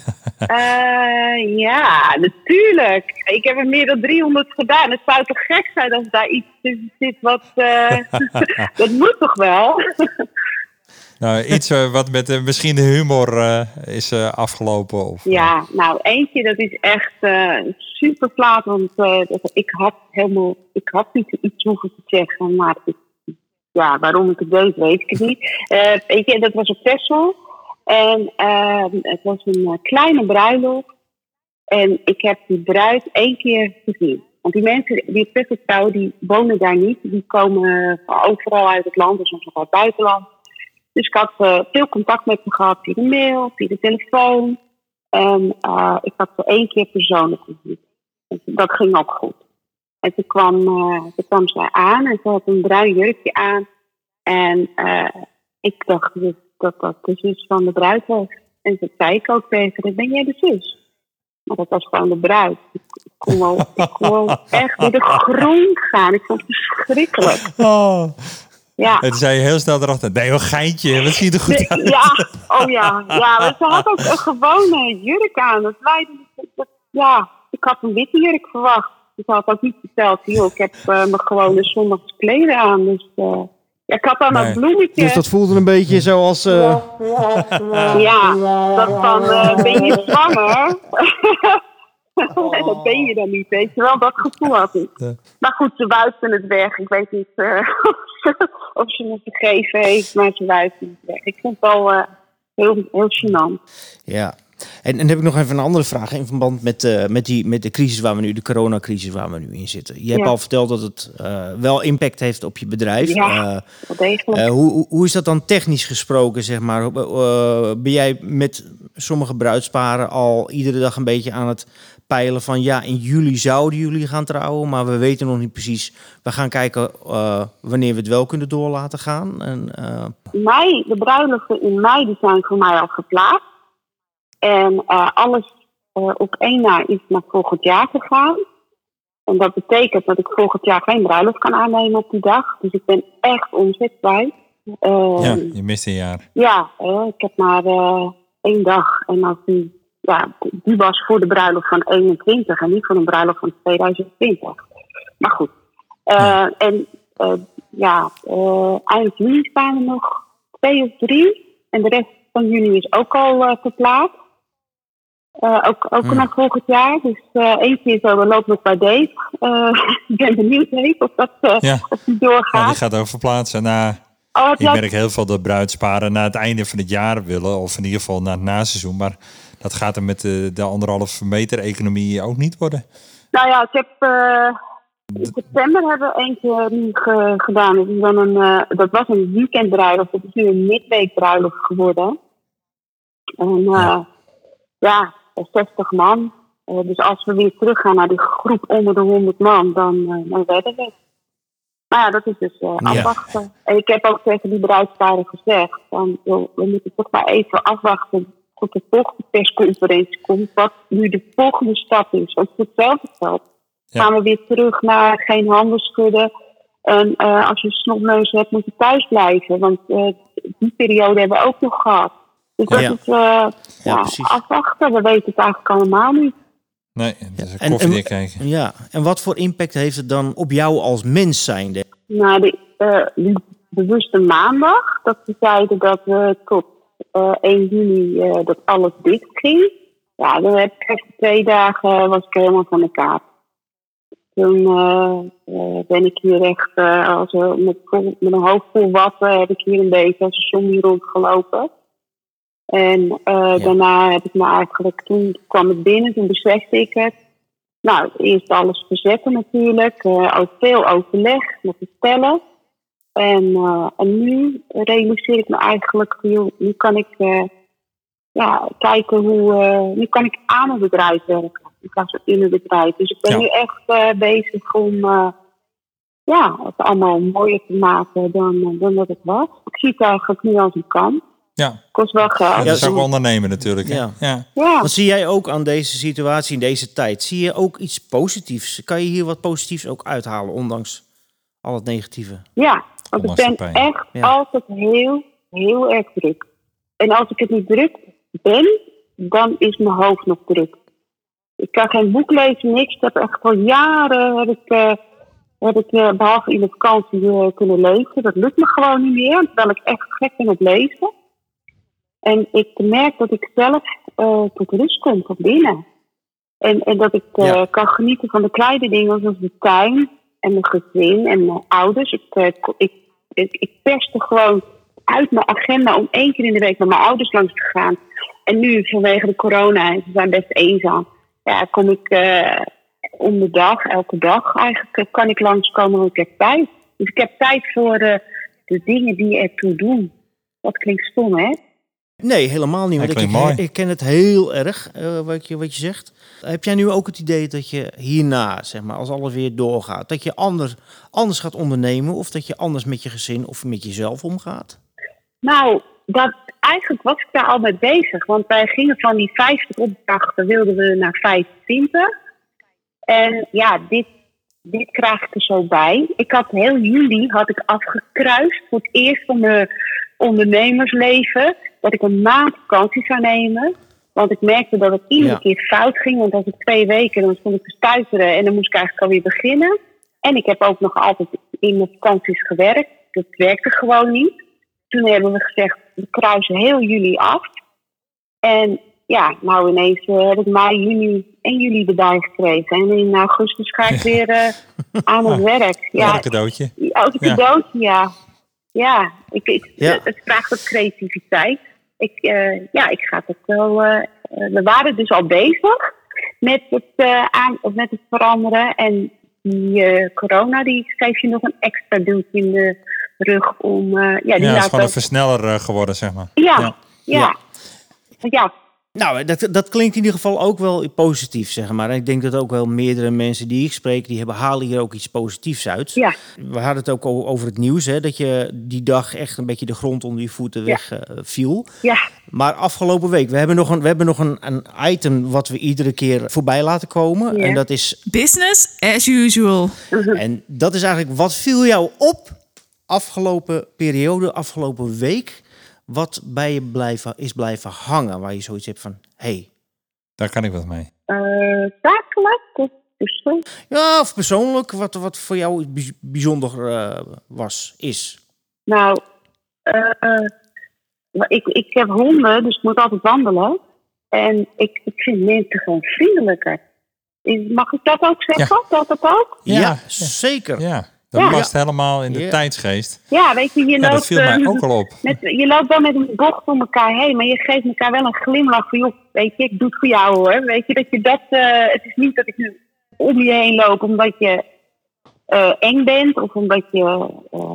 Natuurlijk. Ik heb er meer dan 300 gedaan. Het zou toch gek zijn als daar iets tussen zit wat... dat moet toch wel? Nou, iets wat met misschien de humor is afgelopen? Of, ja, eentje dat is echt super plaat. Want ik had niet iets hoeven te zeggen. Maar waarom ik het deed, weet ik het niet. Weet je, dat was op Texel. En het was een kleine bruiloft. En ik heb die bruid 1 keer gezien. Want die mensen die op Texel trouwen, die wonen daar niet. Die komen van overal uit het land, dus soms nog uit het buitenland. Dus ik had veel contact met ze gehad via de mail, via de telefoon. En ik had ze 1 keer persoonlijk gezien. Dat ging ook goed. En toen kwam ze aan en ze had een bruin jurkje aan. En ik dacht dus dat dat de zus van de bruid was. En dat zei ik ook tegen haar, ben jij de zus? Maar dat was gewoon de bruid. Ik kon wel echt door de groen gaan. Ik vond het verschrikkelijk. Oh. Ja. En toen zei je heel snel erachter, nee, een geintje, wat zie je er goed uit? Ja, maar ze had ook een gewone jurk aan. Ik had een witte jurk verwacht. Dus ze had ook niet verteld, joh, ik heb mijn gewone zondags kleden aan. Dus ik had dan een bloemetje. Dus dat voelde een beetje zoals... Ja, dat van, ben je zwanger? Dat ben je dan niet, weet je wel. Dat gevoel had ik. Ja. Maar goed, ze wuifden het weg. Ik weet niet of ze me vergeven heeft, maar ze wuifden het weg. Ik vond het wel heel, heel gênant. Ja, En dan heb ik nog even een andere vraag in verband met de crisis waar we nu, de coronacrisis waar we nu in zitten. Je hebt al verteld dat het wel impact heeft op je bedrijf. Ja, degelijk. Hoe is dat dan technisch gesproken, zeg maar? Ben jij met sommige bruidsparen al iedere dag een beetje aan het peilen van in juli zouden jullie gaan trouwen, maar we weten nog niet precies. We gaan kijken wanneer we het wel kunnen door laten gaan. En, de bruiloften in mei die zijn voor mij al geplaatst. En alles op 1 na is naar volgend jaar gegaan. En dat betekent dat ik volgend jaar geen bruiloft kan aannemen op die dag. Dus ik ben echt omzet kwijt. Je mist een jaar. Ja, ik heb maar 1 dag. En als die was voor de bruiloft van 21 en niet voor een bruiloft van 2020. Maar goed. Eind juni staan er nog 2 of 3. En de rest van juni is ook al verplaatst. Ook naar volgend jaar. Dus eentje loopt nog bij Dave. Ik ben benieuwd, Dave, of die doorgaat. Ja, die gaat ook verplaatsen. Ik merk heel veel dat bruidsparen na het einde van het jaar willen. Of in ieder geval na het naseizoen. Maar dat gaat er met de 1,5 meter economie ook niet worden. Nou ja, ik heb... in september hebben we eentje nu gedaan. Dat was een weekendbruiloft. Dat is nu een midweekbruiloft geworden. En 60 man. Dus als we weer teruggaan naar die groep onder de 100 man, dan werden we. Maar ja, dat is dus afwachten. En ik heb ook tegen die bruidsparen gezegd, we moeten toch maar even afwachten tot de volgende persconferentie komt, wat nu de volgende stap is. Want voor hetzelfde geld gaan we weer terug naar geen handen schudden. En als je snotneus hebt, moet je thuis blijven. Want die periode hebben we ook nog gehad. Dus dat is afwachten. We weten het eigenlijk allemaal niet. Nee, dat is een koffiedik kijken. Ja, en wat voor impact heeft het dan op jou als mens zijnde? Nou, die bewuste maandag, dat we zeiden dat we tot 1 juli dat alles dicht ging. Ja, dan heb ik echt 2 dagen was ik helemaal van de kaart. Toen ben ik hier echt met een hoofd vol watten heb ik hier een beetje als een zombie rondgelopen. En daarna heb ik me eigenlijk, toen kwam ik binnen, toen besefte ik het. Nou, eerst alles verzetten natuurlijk, ook veel overleg met de stellen. En nu realiseer ik me eigenlijk, nu kan ik kijken nu kan ik aan het bedrijf werken. In plaats van in het bedrijf. Dus ik ben nu echt bezig om het allemaal mooier te maken dan dat het was. Ik zie het eigenlijk nu als een kans. Ja. Kost wel geld. Dat is ook ondernemen natuurlijk. Ja. Wat zie jij ook aan deze situatie in deze tijd? Zie je ook iets positiefs? Kan je hier wat positiefs ook uithalen, ondanks al het negatieve? Ja, want ik ben echt altijd heel, heel erg druk. En als ik het niet druk ben, dan is mijn hoofd nog druk. Ik kan geen boek lezen, niks. Ik heb echt al jaren heb ik behalve in de vakantie kunnen lezen. Dat lukt me gewoon niet meer, terwijl ik echt gek ben op lezen. En ik merk dat ik zelf tot rust kom van binnen. En dat ik kan genieten van de kleine dingen zoals de tuin en mijn gezin en mijn ouders. Ik perste gewoon uit mijn agenda om 1 keer in de week met mijn ouders langs te gaan. En nu vanwege de corona, ze zijn best eenzaam. Ja, kom ik om de dag, elke dag eigenlijk, kan ik langskomen, want ik heb tijd. Dus ik heb tijd voor de dingen die ertoe doen. Dat klinkt stom, hè? Nee, helemaal niet. Ik ken het heel erg, wat je zegt. Heb jij nu ook het idee dat je hierna, zeg maar, als alles weer doorgaat, dat je anders gaat ondernemen of dat je anders met je gezin of met jezelf omgaat? Nou, eigenlijk was ik daar al mee bezig. Want wij gingen van die 50 opdrachten, wilden we naar 25. En ja, dit krijg ik er zo bij. Ik had heel juli afgekruist voor het eerst van mijn ondernemersleven dat ik een maand vakantie zou nemen. Want ik merkte dat het iedere keer fout ging. Want als ik 2 weken, dan stond ik te stuiteren en dan moest ik eigenlijk alweer beginnen. En ik heb ook nog altijd in mijn vakanties gewerkt. Dat werkte gewoon niet. Toen hebben we gezegd, we kruisen heel juli af. En ja, nou ineens heb ik mei, juni en juli erbij gekregen. En in augustus ga ik weer aan het werk. Ja, een cadeautje. Ook een cadeautje, ja. Het vraagt wat creativiteit. Ik ga het ook wel we waren dus al bezig met het veranderen. En die corona, die geeft je nog een extra duwtje in de rug om... het is gewoon een versneller geworden, zeg maar. Ja. Nou, dat klinkt in ieder geval ook wel positief, zeg maar. En ik denk dat ook wel meerdere mensen die ik spreek, die halen hier ook iets positiefs uit. Ja. We hadden het ook over het nieuws, hè, dat je die dag echt een beetje de grond onder je voeten weg viel. Ja. Maar afgelopen week, we hebben nog een item wat we iedere keer voorbij laten komen. Ja. En dat is... Business as usual. En dat is eigenlijk, wat viel jou op afgelopen periode, afgelopen week... wat bij je is blijven hangen, waar je zoiets hebt van, hey. Daar kan ik wat mee. Zakelijk of persoonlijk? Ja, of persoonlijk, wat voor jou bijzonder is. Nou, ik heb honden, dus ik moet altijd wandelen. En ik vind mensen gewoon vriendelijker. Mag ik dat ook zeggen? Ja. Dat ook? Ja, zeker. Ja. Dat past helemaal in de tijdsgeest. Ja, weet je, dat viel mij ook al op. Je loopt wel met een bocht om elkaar heen, maar je geeft elkaar wel een glimlach van, joh, weet je, ik doe het voor jou hoor. Weet je, het is niet dat ik nu om je heen loop omdat je eng bent of omdat je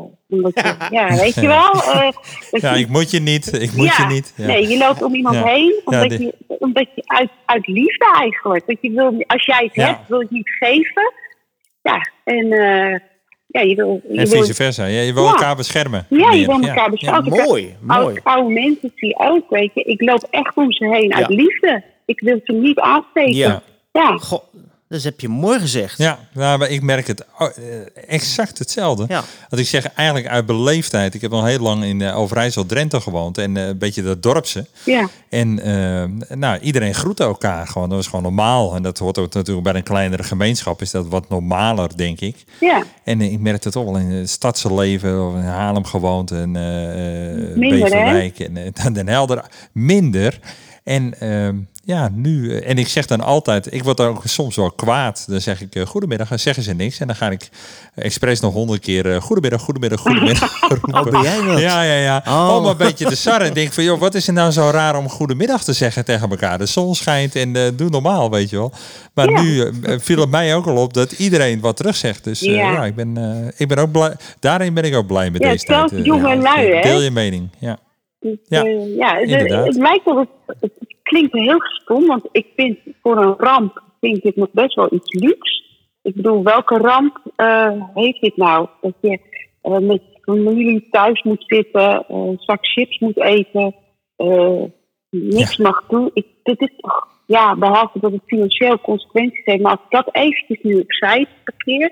weet je wel. Ik moet je niet, je niet. Ja. Nee, je loopt om iemand heen omdat je uit liefde eigenlijk. Want je wil, als jij het hebt, wil je het niet geven. Ja, en je wil... En vice versa. Ja, je wil elkaar beschermen. Ja, je wil elkaar beschermen. Ja, mooi. Oude mensen zie je ook, weet je. Ik loop echt om ze heen uit liefde. Ik wil ze niet aansteken. Ja. Goh, dat heb je mooi gezegd. Ja, maar ik merk het exact hetzelfde. Ja. Want ik zeg eigenlijk uit beleefdheid. Ik heb al heel lang in Overijssel, Drenthe gewoond. En een beetje dat dorpse. Ja. En iedereen groette elkaar gewoon. Dat was gewoon normaal. En dat hoort ook natuurlijk bij een kleinere gemeenschap. Is dat wat normaler, denk ik. Ja. En ik merk het toch wel in het stadse leven. Of in Haarlem gewoond. En Beverwijk. En Den Helder. Minder. En nu... En ik zeg dan altijd... Ik word ook soms wel kwaad. Dan zeg ik goedemiddag. Dan zeggen ze niks. En dan ga ik expres nog 100 keer goedemiddag roepen. Oh, ben jij dat? Ja. Oh. Om een beetje te sarren. Ik denk van, joh, wat is er nou zo raar om goedemiddag te zeggen tegen elkaar? De zon schijnt en doe normaal, weet je wel. Maar nu viel het mij ook al op dat iedereen wat terug zegt. Dus ik ben ook blij. Daarin ben ik ook blij met deze tijd. Jonge lui, hè? Deel je mening, ja. Dus, het lijkt wel, het klinkt heel stom, want ik vind voor een ramp vind ik nog best wel iets luxe. Ik bedoel, welke ramp heeft dit nou? Dat je met familie thuis moet zitten, zak chips moet eten, niks mag doen. Dit is toch, behalve dat het financieel consequenties heeft, maar als ik dat eventjes nu opzij parkeer,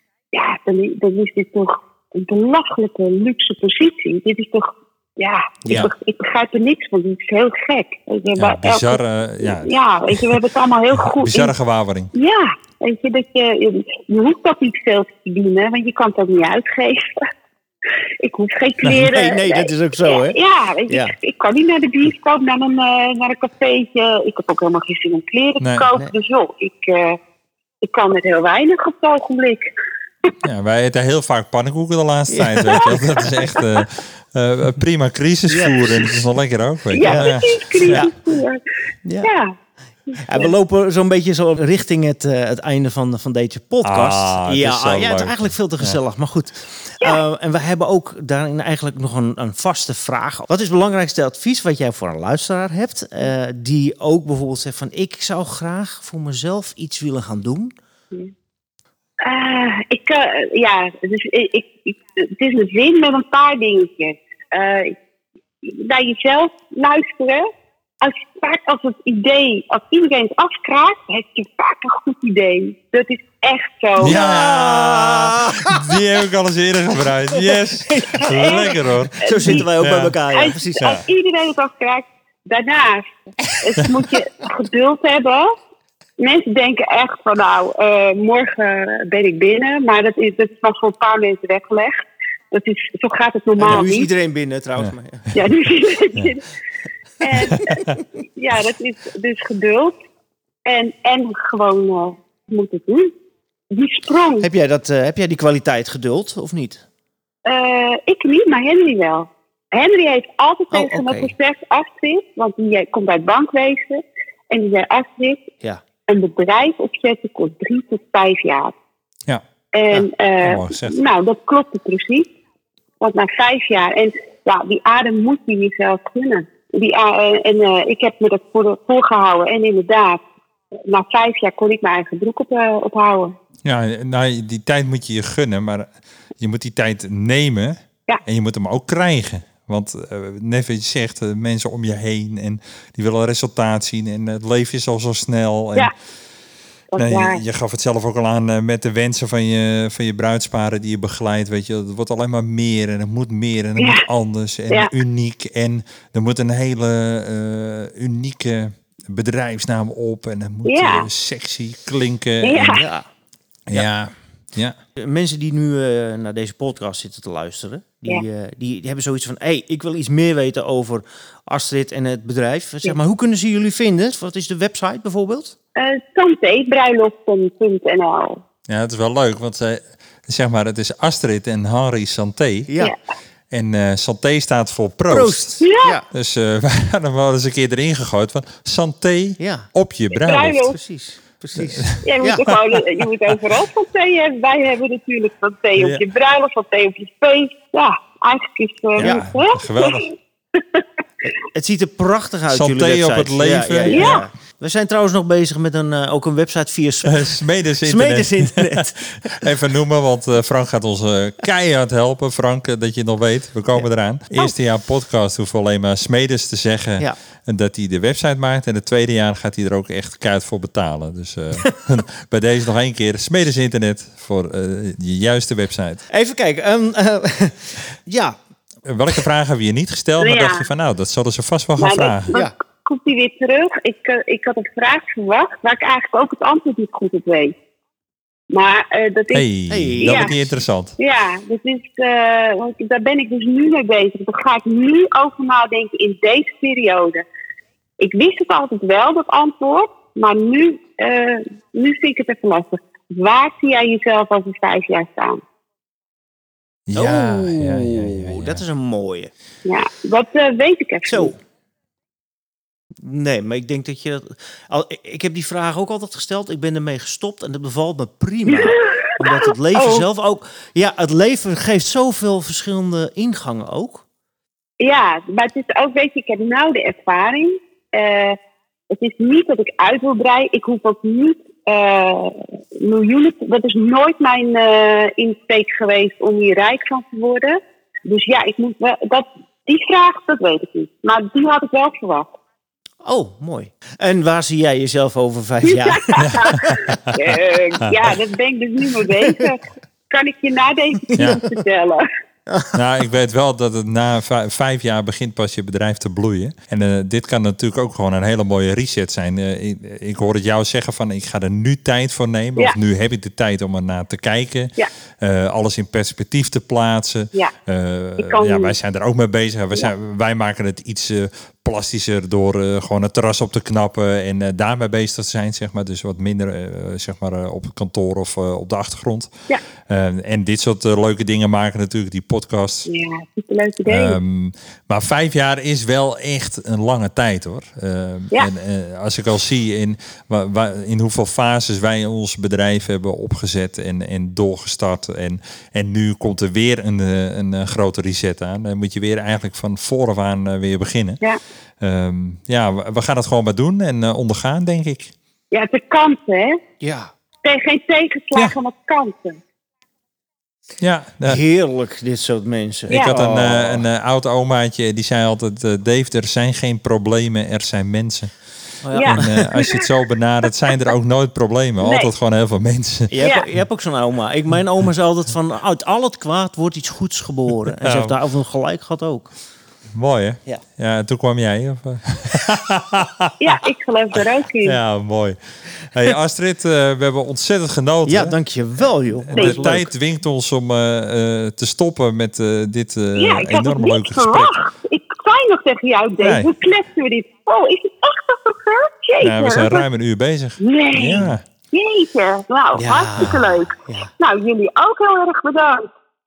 dan is dit toch een belachelijke luxe positie. Dit is toch... Ik begrijp er niks van. Het is heel gek. Bizarre, weet je, we hebben het allemaal heel goed. Bizarre gewaarwording. Ja, weet je, dat je hoeft dat niet veel te verdienen, want je kan het ook niet uitgeven. Ik hoef geen kleren. Nee, dat is ook zo, hè? Ja, weet je, ik kan niet naar de bioscoop, naar een cafeetje. Ik heb ook helemaal geen zin om kleren te kopen. Nee. Dus joh, ik kan met heel weinig op het ogenblik. Ja, wij eten heel vaak pannenkoeken de laatste tijd, weet je wel. Dat is echt prima crisisvoer en dat is wel lekker ook, weet je. Ja, precies, crisisvoer. Ja. Ja, we lopen zo'n beetje zo richting het einde van deze podcast. Het is eigenlijk veel te gezellig, maar goed. En we hebben ook daarin eigenlijk nog een vaste vraag. Wat is het belangrijkste advies wat jij voor een luisteraar hebt? Die ook bijvoorbeeld zegt van, ik zou graag voor mezelf iets willen gaan doen. Het is een zin met een paar dingetjes. Naar jezelf luisteren. Als iedereen het afkraakt, heb je vaak een goed idee. Dat is echt zo. Ja, die heb ik al eens eerder gebruikt. Yes, lekker hoor. Zo zitten wij ook bij elkaar. Ja, precies. Als iedereen het afkraakt, daarnaast moet je geduld hebben. Mensen denken echt van morgen ben ik binnen. Maar dat is voor een paar mensen weggelegd. Zo gaat het normaal niet. Nu is iedereen binnen trouwens. Ja. Maar, ja, nu is iedereen binnen. En dat is dus geduld. En gewoon moet het doen. Die sprong. Heb jij die kwaliteit geduld of niet? Ik niet, maar Henry wel. Henry heeft altijd tegen me gezegd, Astrid, want die komt uit bankwezen. En die zei, Astrid, Ja. een bedrijf opzetten kost 3 tot 5 jaar. Ja. En mooi gezegd. nou, dat klopte precies. Want na 5 jaar, en ja, die adem moet je jezelf gunnen. Ik heb me dat voorgehouden. En inderdaad, na 5 jaar kon ik mijn eigen broek ophouden. Ja, nou, die tijd moet je je gunnen, maar je moet die tijd nemen en je moet hem ook krijgen. Want net wat je zegt, mensen om je heen en die willen resultaat zien en het leven is al zo snel. En, je gaf het zelf ook al aan met de wensen van je bruidsparen die je begeleidt. Weet je, het wordt alleen maar meer en het moet meer en het moet anders en uniek. En er moet een hele unieke bedrijfsnaam op en het moet sexy klinken. Ja. Mensen die nu naar deze podcast zitten te luisteren, die hebben zoiets van, ik wil iets meer weten over Astrid en het bedrijf. Zeg maar, hoe kunnen ze jullie vinden? Wat is de website bijvoorbeeld? Santé, bruiloften.nl. Ja, het is wel leuk, want zeg maar, het is Astrid en Henri Santé. Ja. En Santé staat voor proost. Ja. Dus we hadden wel eens een keer erin gegooid van Santé op je bruiloft. Precies. Ja, je moet overal Santé hebben. Wij hebben natuurlijk Santé op je bruiloft, Santé op je feest. Ja, eigenlijk is het geweldig. Het ziet er prachtig uit, Santé jullie website. op het leven. Ja. We zijn trouwens nog bezig met ook een website via Smedes Internet. Even noemen, want Frank gaat ons keihard helpen. Frank, dat je het nog weet, we komen eraan. Eerste jaar podcast hoeven we alleen maar Smedes te zeggen dat hij de website maakt. En het tweede jaar gaat hij er ook echt keihard voor betalen. Dus bij deze nog 1 keer Smedes Internet voor je juiste website. Even kijken. Welke vragen hebben we je niet gesteld? Maar dacht je van dat zullen ze vast wel gaan vragen. Komt hij weer terug. Ik had een vraag verwacht waar ik eigenlijk ook het antwoord niet goed op weet. Maar dat is... dat wordt niet interessant. Ja, dat is, want daar ben ik dus nu mee bezig. Daar ga ik nu over nadenken in deze periode. Ik wist het altijd wel, dat antwoord. Maar nu vind ik het even lastig. Waar zie jij jezelf over 5 jaar staan? Ja. Dat is een mooie. Ja, dat weet ik even niet. Nee, maar ik denk dat ik heb die vraag ook altijd gesteld. Ik ben ermee gestopt en dat bevalt me prima. Omdat het leven zelf ook... Ja, het leven geeft zoveel verschillende ingangen ook. Ja, maar het is ook, weet je, ik heb nou de ervaring. Het is niet dat ik uit wil breiden. Ik hoef ook niet miljoenen... Dat is nooit mijn insteek geweest om hier rijk van te worden. Dus ja, ik moet wel... Die vraag, dat weet ik niet. Maar die had ik wel verwacht. Oh, mooi. En waar zie jij jezelf over 5 jaar? Daar ben ik dus nu mee bezig. Kan ik je na deze film vertellen? Nou, ik weet wel dat het na 5 jaar begint pas je bedrijf te bloeien. En dit kan natuurlijk ook gewoon een hele mooie reset zijn. Ik hoor het jou zeggen van ik ga er nu tijd voor nemen. Of nu heb ik de tijd om er naar te kijken. Alles in perspectief te plaatsen. Wij zijn er ook mee bezig. Wij maken het iets plastischer door gewoon het terras op te knappen en daarmee bezig te zijn, zeg maar. Dus wat minder op het kantoor of op de achtergrond. Ja. En dit soort leuke dingen maken natuurlijk, die podcast. Ja, superleuke dingen. Maar 5 jaar is wel echt een lange tijd, hoor. En als ik al zie in hoeveel fases wij ons bedrijf hebben opgezet en doorgestart. En nu komt er weer een grote reset aan. Dan moet je weer eigenlijk van vooraf aan weer beginnen. Ja. We gaan het gewoon maar doen en ondergaan, denk ik. Ja, het is kansen, hè? Ja. Geen tegenslagen, maar kansen. Ja, heerlijk, dit soort mensen. Ik had een oud omaatje, die zei altijd... Dave, er zijn geen problemen, er zijn mensen. En als je het zo benadert, zijn er ook nooit problemen. Altijd gewoon heel veel mensen. Je hebt ook zo'n oma. Mijn oma zei altijd van... Uit al het kwaad wordt iets goeds geboren. En ze heeft daar ook nog gelijk gehad ook. Mooi, hè? Ja, toen kwam jij? Of? Ja, ik geloof er ook in. Ja, mooi. Hey Astrid, we hebben ontzettend genoten. Ja, dankjewel, joh. De tijd dwingt ons om te stoppen met dit enorm leuke gesprek. Ik zei nog tegen jou, Dave, hoe kletsen we dit? Oh, is het echt zo groot? Ja, we zijn ruim een uur bezig. Nee. Ja. Jeetje. Nou, hartstikke leuk. Ja. Nou, jullie ook heel erg bedankt.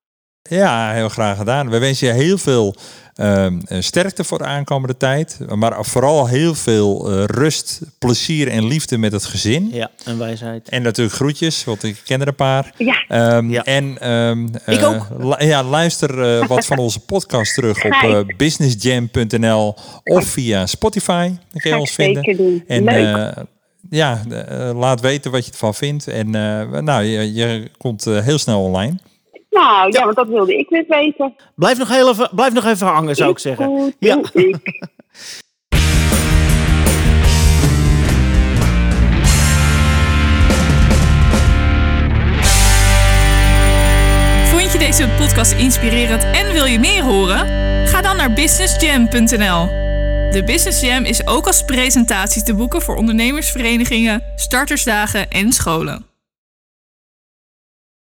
Ja, heel graag gedaan. We wensen je heel veel sterkte voor de aankomende tijd. Maar vooral heel veel rust, plezier en liefde met het gezin. Ja, en wijsheid. En natuurlijk groetjes, want ik ken er een paar. Ja. Ja. En Ik ook. luister wat van onze podcast terug op businessjam.nl of via Spotify. Dan kun je ons vinden. Zeker doen. En Leuk. laat weten wat je ervan vindt. En je komt heel snel online. Nou, ja, want dat wilde ik dus weten. Blijf nog even hangen, zou ik zeggen. Goed, Ja. doe ik. Vond je deze podcast inspirerend en wil je meer horen? Ga dan naar businessjam.nl. De Business Jam is ook als presentatie te boeken voor ondernemersverenigingen, startersdagen en scholen.